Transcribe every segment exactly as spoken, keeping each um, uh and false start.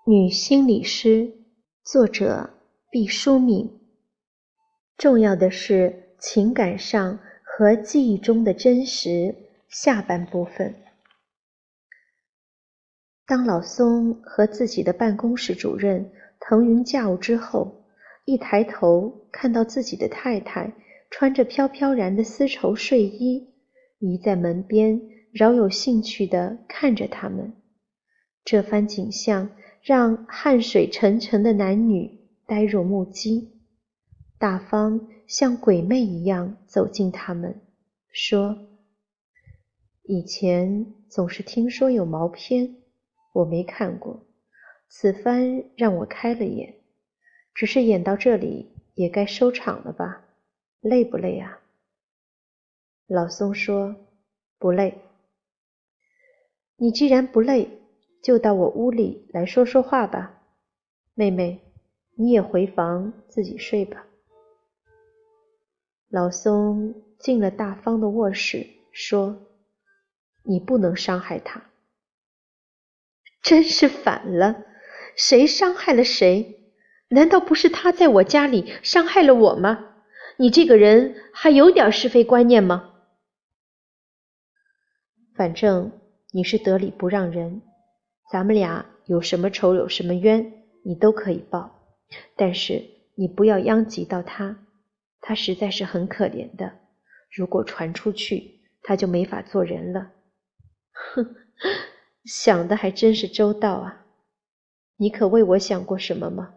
女心理师，作者毕淑敏。重要的是情感上和记忆中的真实。下半部分。当老松和自己的办公室主任腾云驾雾之后，一抬头看到自己的太太穿着飘飘然的丝绸睡衣，倚在门边饶有兴趣地看着他们。这番景象让汗水沉沉的男女呆若木鸡。大方像鬼魅一样走近他们，说：以前总是听说有毛片，我没看过，此番让我开了眼，只是演到这里也该收场了吧？累不累啊？老松说：不累。你既然不累，就到我屋里来说说话吧。妹妹，你也回房自己睡吧。老松进了大方的卧室，说：你不能伤害他。真是反了，谁伤害了谁？难道不是他在我家里伤害了我吗？你这个人还有点是非观念吗？反正你是得理不让人，咱们俩有什么仇有什么冤，你都可以报，但是你不要殃及到他，他实在是很可怜的，如果传出去，他就没法做人了。哼，想的还真是周到啊！你可为我想过什么吗？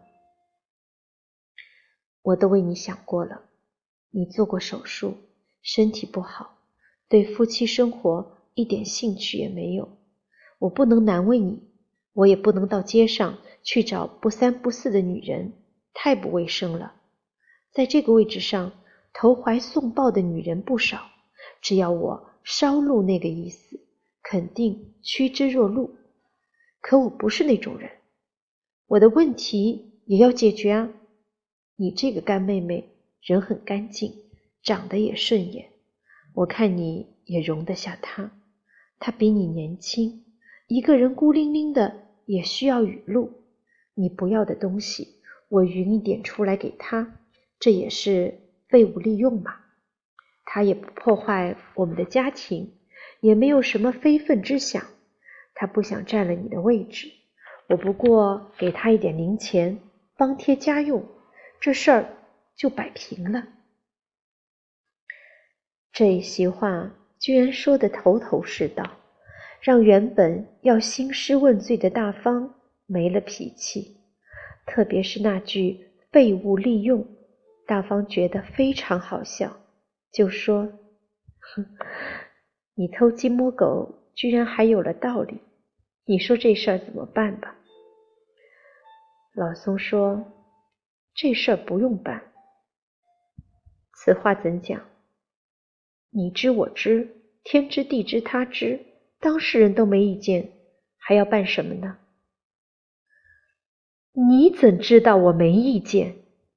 我都为你想过了。你做过手术，身体不好，对夫妻生活一点兴趣也没有。我不能难为你，我也不能到街上去找不三不四的女人，太不卫生了。在这个位置上，投怀送抱的女人不少，只要我稍露那个意思，肯定趋之若鹜。可我不是那种人，我的问题也要解决啊。你这个干妹妹人很干净，长得也顺眼，我看你也容得下她。她比你年轻，一个人孤零零的也需要雨露。你不要的东西，我匀一点出来给她，这也是废物利用嘛。她也不破坏我们的家庭，也没有什么非分之想。她不想占了你的位置，我不过给她一点零钱，帮贴家用，这事儿就摆平了。这一席话居然说得头头是道，让原本要兴师问罪的大方没了脾气，特别是那句废物利用，大方觉得非常好笑，就说：哼，你偷鸡摸狗居然还有了道理，你说这事儿怎么办吧？老松说：这事儿不用办。此话怎讲？你知我知，天知地知他知，当事人都没意见，还要办什么呢？你怎知道我没意见？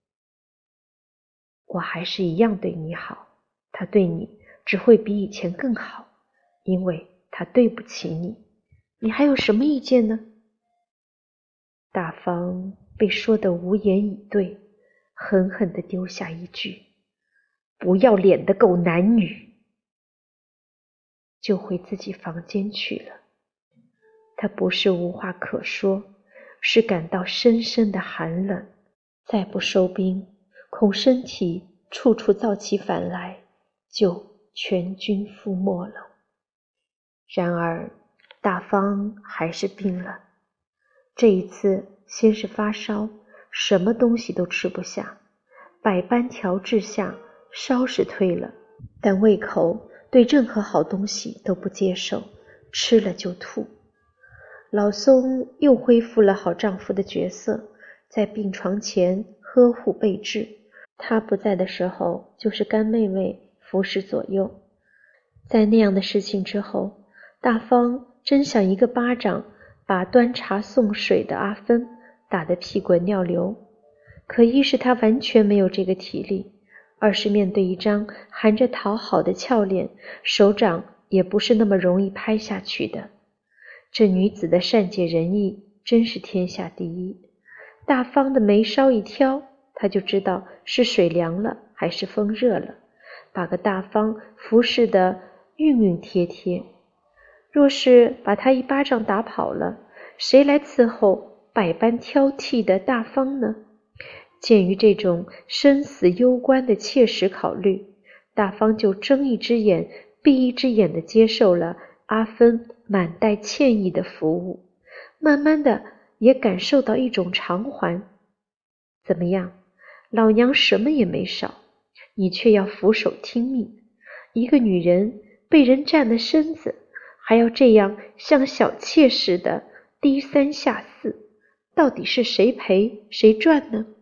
我还是一样对你好，他对你只会比以前更好，因为他对不起你，你还有什么意见呢？大方被说得无言以对，狠狠地丢下一句：不要脸的狗男女，就回自己房间去了。他不是无话可说，是感到深深的寒冷，再不收兵，恐身体处处造起反来，就全军覆没了。然而大方还是病了，这一次先是发烧，什么东西都吃不下，百般调治下烧是退了，但胃口对任何好东西都不接受，吃了就吐。老松又恢复了好丈夫的角色，在病床前呵护备至，他不在的时候就是干妹妹服侍左右。在那样的事情之后，大方真想一个巴掌把端茶送水的阿芬打得屁滚尿流，可一是他完全没有这个体力，二是面对一张含着讨好的俏脸，手掌也不是那么容易拍下去的。这女子的善解人意真是天下第一。大方的眉梢一挑，他就知道是水凉了还是风热了，把个大方服侍得熠熠贴贴。若是把他一巴掌打跑了，谁来伺候百般挑剔的大方呢？鉴于这种生死攸关的切实考虑，大方就睁一只眼闭一只眼地接受了阿芬满带歉意的服务，慢慢的也感受到一种偿还。怎么样，老娘什么也没少，你却要俯首听命。一个女人被人占了身子，还要这样像小妾似的低三下四，到底是谁赔谁赚呢？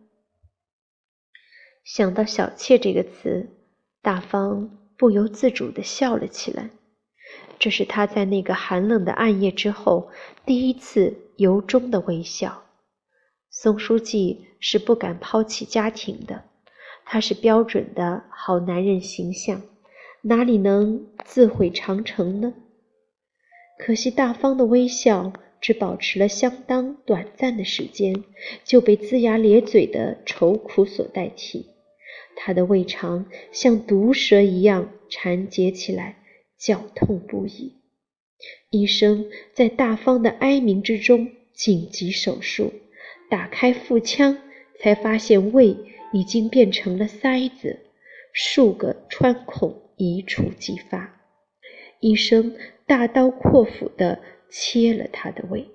想到小妾这个词，大方不由自主地笑了起来。这是他在那个寒冷的暗夜之后第一次由衷的微笑。松书记是不敢抛弃家庭的，他是标准的好男人形象，哪里能自毁长城呢？可惜大方的微笑只保持了相当短暂的时间，就被龇牙咧嘴的愁苦所代替。他的胃肠像毒蛇一样缠结起来，绞痛不已。医生在大方的哀鸣之中紧急手术，打开腹腔，才发现胃已经变成了塞子，数个穿孔一触即发。医生大刀阔斧地切了他的胃。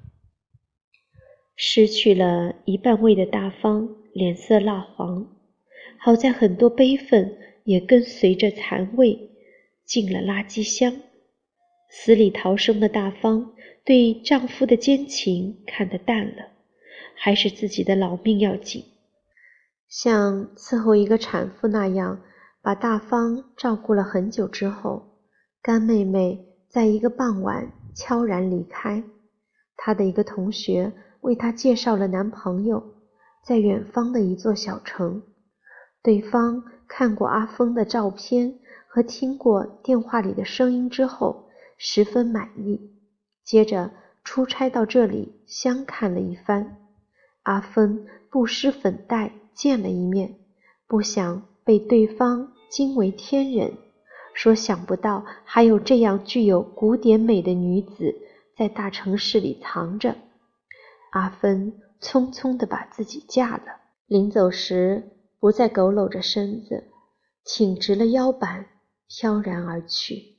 失去了一半胃的大方脸色蜡黄，好在很多悲愤也跟随着残胃进了垃圾箱。死里逃生的大方对丈夫的奸情看得淡了，还是自己的老命要紧。像伺候一个产妇那样把大方照顾了很久之后，干妹妹在一个傍晚悄然离开。她的一个同学为她介绍了男朋友，在远方的一座小城。对方看过阿峰的照片和听过电话里的声音之后，十分满意，接着出差到这里相看了一番。阿峰不施粉黛见了一面，不想被对方惊为天人，说想不到还有这样具有古典美的女子在大城市里藏着。阿芬匆匆地把自己嫁了，临走时不再佝偻着身子，挺直了腰板，飘然而去。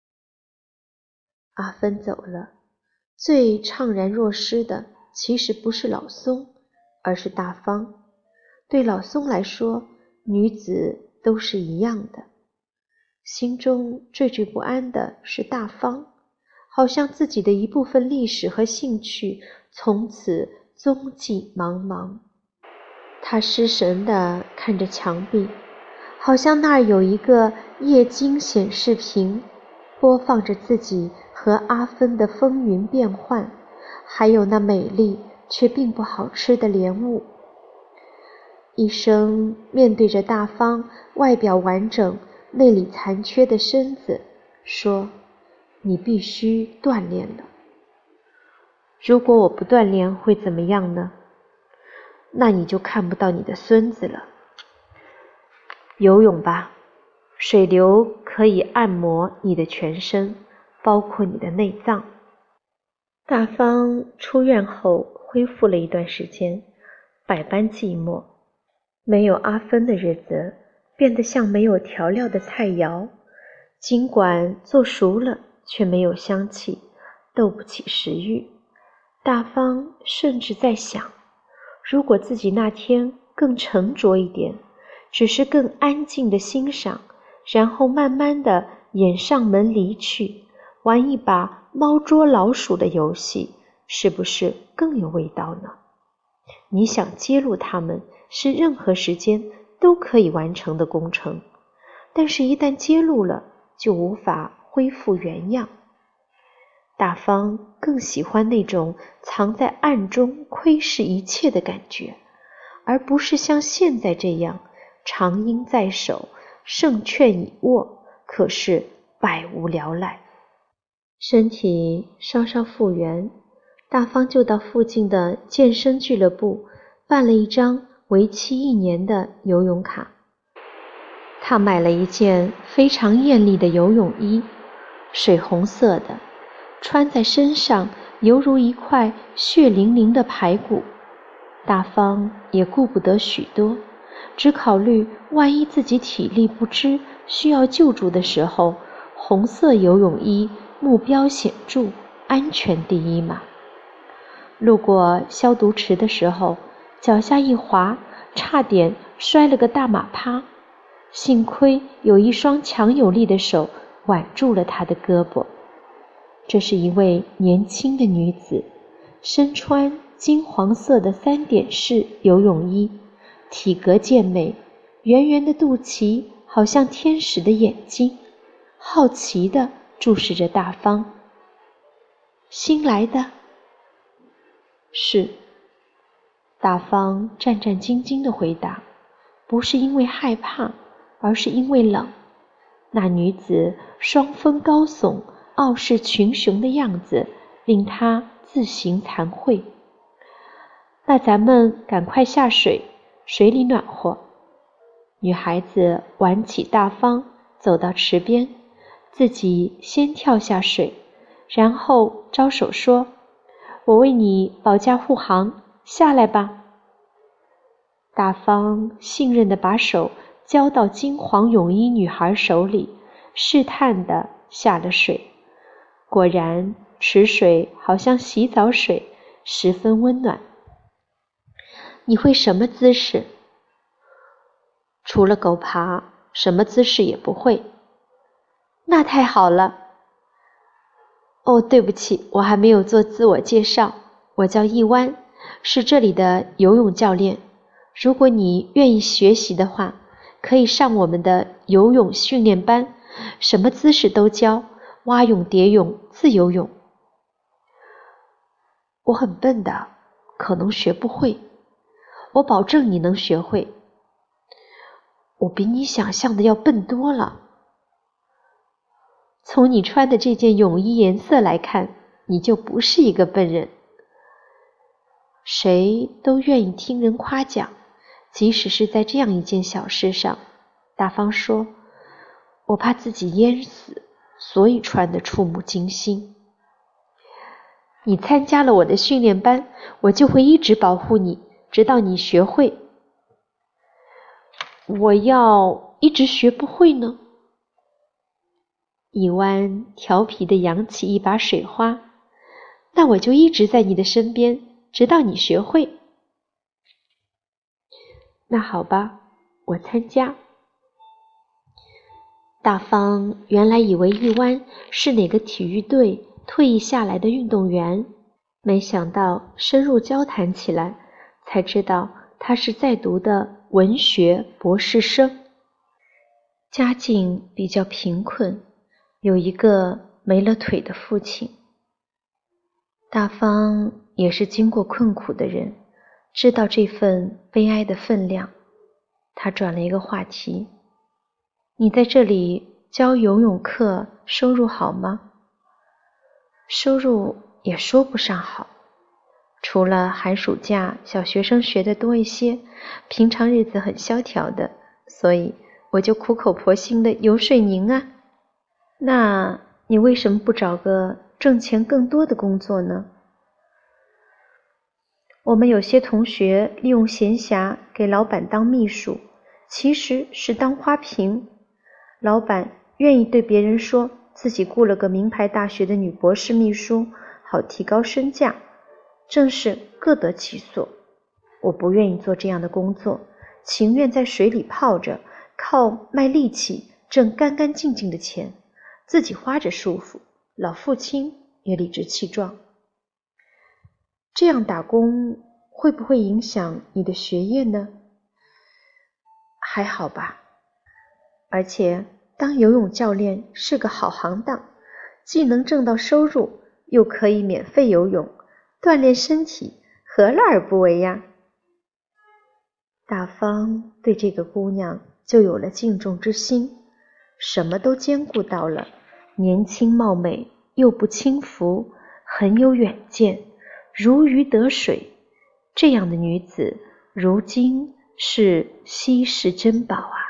阿芬走了，最怅然若失的其实不是老松，而是大方。对老松来说，女子都是一样的。心中惴惴不安的是大方，好像自己的一部分历史和兴趣从此踪迹茫茫。他失神地看着墙壁，好像那儿有一个液晶显示屏，播放着自己和阿芬的风云变幻，还有那美丽却并不好吃的莲雾。医生面对着大方外表完整内里残缺的身子说，你必须锻炼了。如果我不锻炼会怎么样呢？那你就看不到你的孙子了。游泳吧，水流可以按摩你的全身，包括你的内脏。大方出院后恢复了一段时间，百般寂寞。没有阿芬的日子变得像没有调料的菜肴，尽管做熟了却没有香气，斗不起食欲。大方甚至在想，如果自己那天更沉着一点，只是更安静地欣赏，然后慢慢地掩上门离去，玩一把猫捉老鼠的游戏，是不是更有味道呢？你想揭露他们，是任何时间都可以完成的工程，但是一旦揭露了，就无法恢复原样。大方更喜欢那种藏在暗中窥视一切的感觉，而不是像现在这样长鹰在手，胜券已握，可是百无聊赖。身体稍稍复原， 大方就到附近的健身俱乐部办了一张为期一年的游泳卡。他买了一件非常艳丽的游泳衣，水红色的，穿在身上犹如一块血淋淋的排骨。大方也顾不得许多，只考虑万一自己体力不支需要救助的时候，红色游泳衣目标显著，安全第一嘛。路过消毒池的时候，脚下一滑，差点摔了个大马趴，幸亏有一双强有力的手挽住了他的胳膊。这是一位年轻的女子，身穿金黄色的三点式游泳衣，体格健美，圆圆的肚脐好像天使的眼睛，好奇地注视着大方。新来的？是。大方战战兢兢地回答，不是因为害怕，而是因为冷。那女子双峰高耸，傲视群雄的样子令他自行惭愧。那咱们赶快下水，水里暖和。女孩子挽起大方，走到池边，自己先跳下水，然后招手说：“我为你保驾护航，下来吧。”大方信任地把手交到金黄泳衣女孩手里，试探地下了水。果然，池水好像洗澡水，十分温暖。你会什么姿势？除了狗爬，什么姿势也不会。那太好了。哦，对不起，我还没有做自我介绍，我叫易湾，是这里的游泳教练。如果你愿意学习的话，可以上我们的游泳训练班，什么姿势都教，蛙泳、蝶泳、自由泳。我很笨的，可能学不会。我保证你能学会。我比你想象的要笨多了。从你穿的这件泳衣颜色来看，你就不是一个笨人。谁都愿意听人夸奖，即使是在这样一件小事上。大方说，我怕自己淹死，所以穿得触目惊心。你参加了我的训练班，我就会一直保护你，直到你学会。我要一直学不会呢？一湾调皮地扬起一把水花，那我就一直在你的身边，直到你学会。那好吧，我参加。大方原来以为一湾是哪个体育队退役下来的运动员，没想到深入交谈起来，才知道他是在读的文学博士生，家境比较贫困，有一个没了腿的父亲。大方也是经过困苦的人，知道这份悲哀的分量。他转了一个话题，你在这里教游泳课，收入好吗？收入也说不上好，除了寒暑假小学生学的多一些，平常日子很萧条的，所以我就苦口婆心的游说您啊。那你为什么不找个挣钱更多的工作呢？我们有些同学利用闲暇给老板当秘书，其实是当花瓶。老板愿意对别人说自己雇了个名牌大学的女博士秘书，好提高身价，正是各得其所。我不愿意做这样的工作，情愿在水里泡着，靠卖力气挣干干净净的钱，自己花着舒服，老父亲也理直气壮。这样打工会不会影响你的学业呢？还好吧，而且当游泳教练是个好行当，既能挣到收入，又可以免费游泳，锻炼身体，何乐而不为呀？大方对这个姑娘就有了敬重之心，什么都兼顾到了，年轻貌美，又不轻浮，很有远见， 如鱼得水，这样的女子如今是稀世珍宝啊。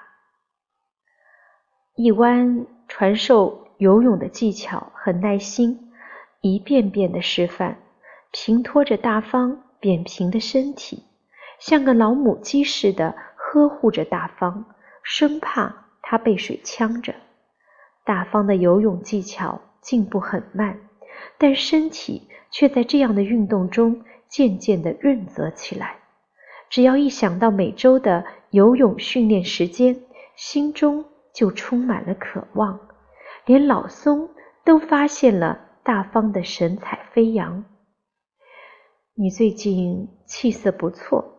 一湾传授游泳的技巧和耐心，一遍遍的示范，平拖着大方扁平的身体，像个老母鸡似的呵护着大方，生怕他被水呛着。大方的游泳技巧进步很慢，但身体却在这样的运动中渐渐地润泽起来。只要一想到每周的游泳训练时间，心中就充满了渴望，连老松都发现了大方的神采飞扬。你最近气色不错。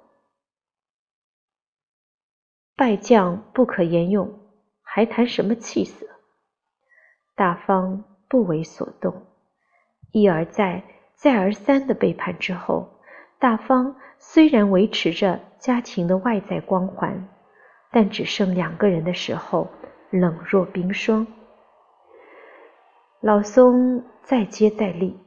败将不可言用，还谈什么气色？大方不为所动，一而再再而三的背叛之后，大方虽然维持着家庭的外在光环，但只剩两个人的时候冷若冰霜。老松再接再厉，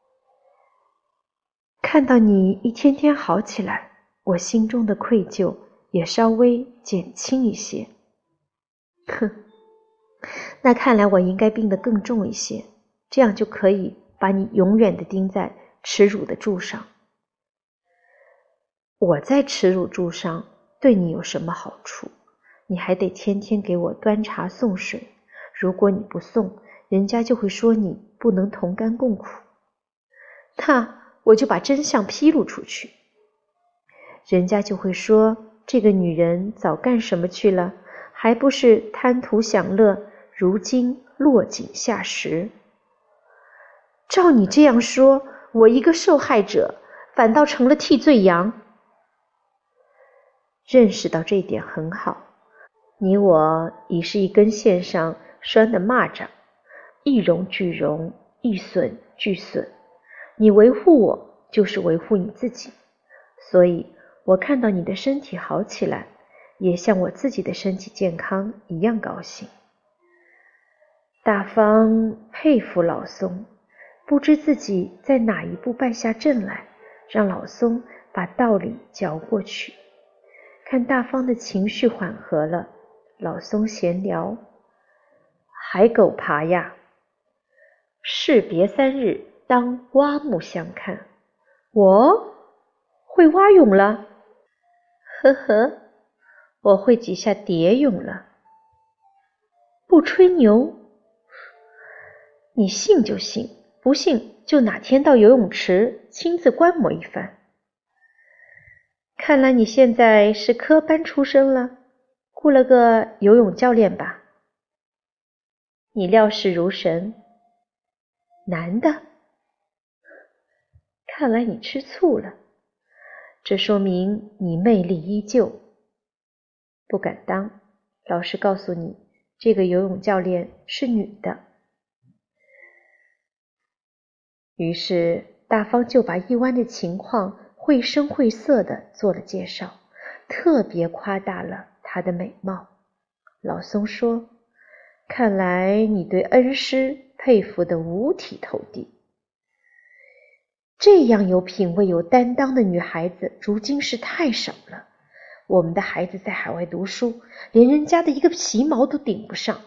看到你一天天好起来，我心中的愧疚也稍微减轻一些。哼，那看来我应该病得更重一些，这样就可以把你永远地钉在耻辱的柱上。我在耻辱柱上对你有什么好处？你还得天天给我端茶送水，如果你不送，人家就会说你不能同甘共苦。那我就把真相披露出去，人家就会说这个女人早干什么去了，还不是贪图享乐，如今落井下石。照你这样说，我一个受害者反倒成了替罪羊。认识到这一点很好，你我已是一根线上拴的蚂蚱，一荣俱荣，一损俱损。你维护我，就是维护你自己，所以我看到你的身体好起来，也像我自己的身体健康一样高兴。大方佩服老松，不知自己在哪一步败下阵来，让老松把道理嚼过去。看大方的情绪缓和了，老松闲聊：海狗爬呀，士别三日，当刮目相看。我会蛙泳了？呵呵，我会几下蝶泳了。不吹牛？你信就信，不信就哪天到游泳池亲自观摩一番。看来你现在是科班出身了，雇了个游泳教练吧？你料事如神。男的？看来你吃醋了，这说明你魅力依旧。不敢当，老实告诉你，这个游泳教练是女的。于是大方就把一湾的情况绘声绘色地做了介绍，特别夸大了她的美貌。老松说：看来你对恩师佩服得五体投地。这样有品位有担当的女孩子如今是太少了，我们的孩子在海外读书，连人家的一个皮毛都顶不上。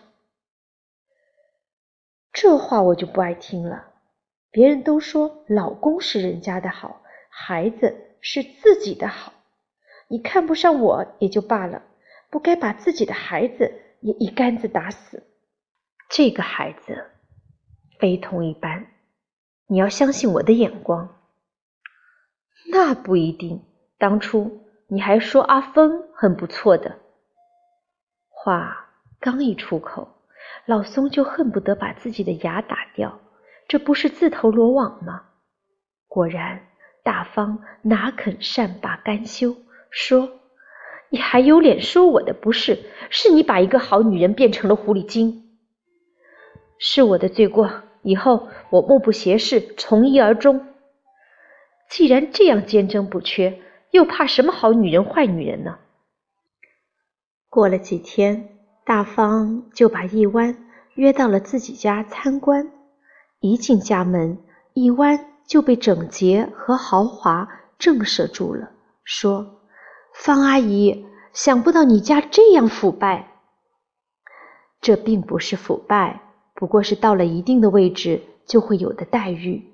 这话我就不爱听了，别人都说老公是人家的好，孩子是自己的好，你看不上我也就罢了，不该把自己的孩子也一竿子打死。这个孩子非同一般，你要相信我的眼光。那不一定，当初你还说阿峰很不错的。话刚一出口，老松就恨不得把自己的牙打掉，这不是自投罗网吗？果然，大方哪肯善罢甘休，说：你还有脸说我的不是？是你把一个好女人变成了狐狸精。是我的罪过，以后我目不斜视，从一而终。既然这样坚贞不缺，又怕什么好女人坏女人呢？过了几天，大方就把一湾约到了自己家参观。一进家门，一湾就被整洁和豪华震慑住了，说：“方阿姨，想不到你家这样腐败。”这并不是腐败，不过是到了一定的位置就会有的待遇。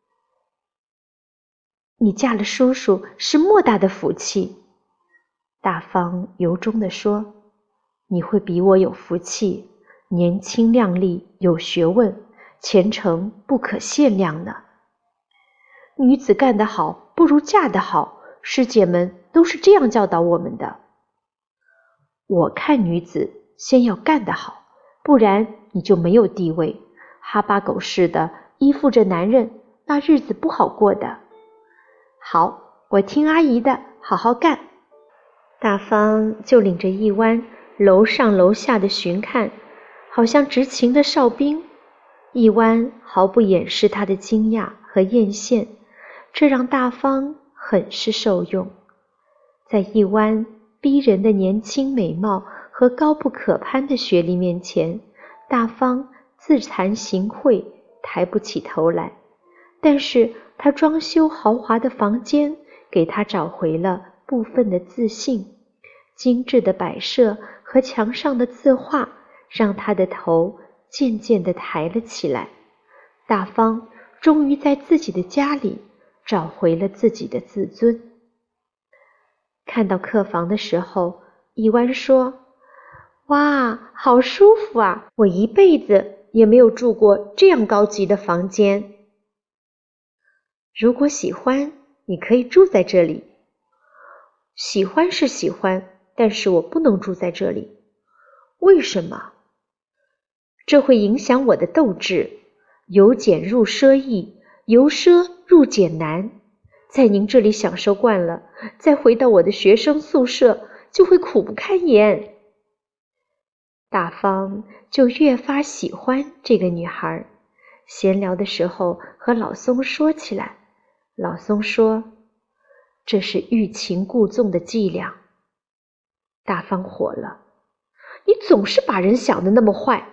你嫁了叔叔是莫大的福气。大方由衷地说：“你会比我有福气，年轻靓丽，有学问，前程不可限量呢。女子干得好，不如嫁得好，师姐们都是这样教导我们的。我看女子先要干得好，不然你就没有地位，哈巴狗似的依附着男人，那日子不好过的。好，我听阿姨的，好好干。”大方就领着一湾楼上楼下的巡看，好像执勤的哨兵。一湾毫不掩饰他的惊讶和艳羡，这让大方很是受用。在一湾逼人的年轻美貌和高不可攀的学历面前，大方自惭形秽，抬不起头来。但是他装修豪华的房间给他找回了部分的自信，精致的摆设和墙上的字画让他的头渐渐地抬了起来。大方终于在自己的家里找回了自己的自尊。看到客房的时候，一湾说：“哇，好舒服啊！我一辈子也没有住过这样高级的房间。如果喜欢，你可以住在这里。”“喜欢是喜欢，但是我不能住在这里。”“为什么？”“这会影响我的斗志。由俭入奢易，由奢入俭难。在您这里享受惯了，再回到我的学生宿舍，就会苦不堪言。”大方就越发喜欢这个女孩，闲聊的时候和老松说起来。老松说：“这是欲擒故纵的伎俩。”大方火了：“你总是把人想得那么坏。”“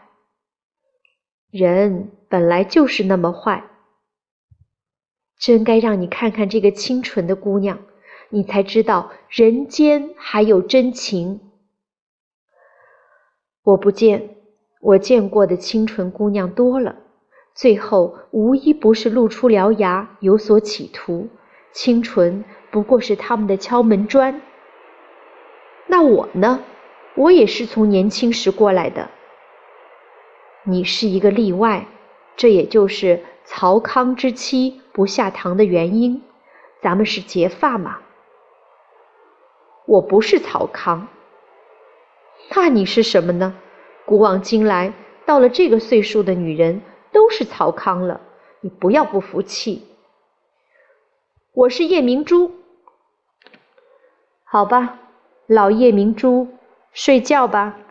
人本来就是那么坏。真该让你看看这个清纯的姑娘，你才知道人间还有真情。”“我不见，我见过的清纯姑娘多了，最后无一不是露出獠牙，有所企图。清纯不过是他们的敲门砖。那我呢？我也是从年轻时过来的。你是一个例外，这也就是曹康之妻不下堂的原因。咱们是结发嘛。”“我不是曹康。”“那你是什么呢？古往今来，到了这个岁数的女人都是曹康了，你不要不服气。”“我是夜明珠。”“好吧，老夜明珠，睡觉吧。”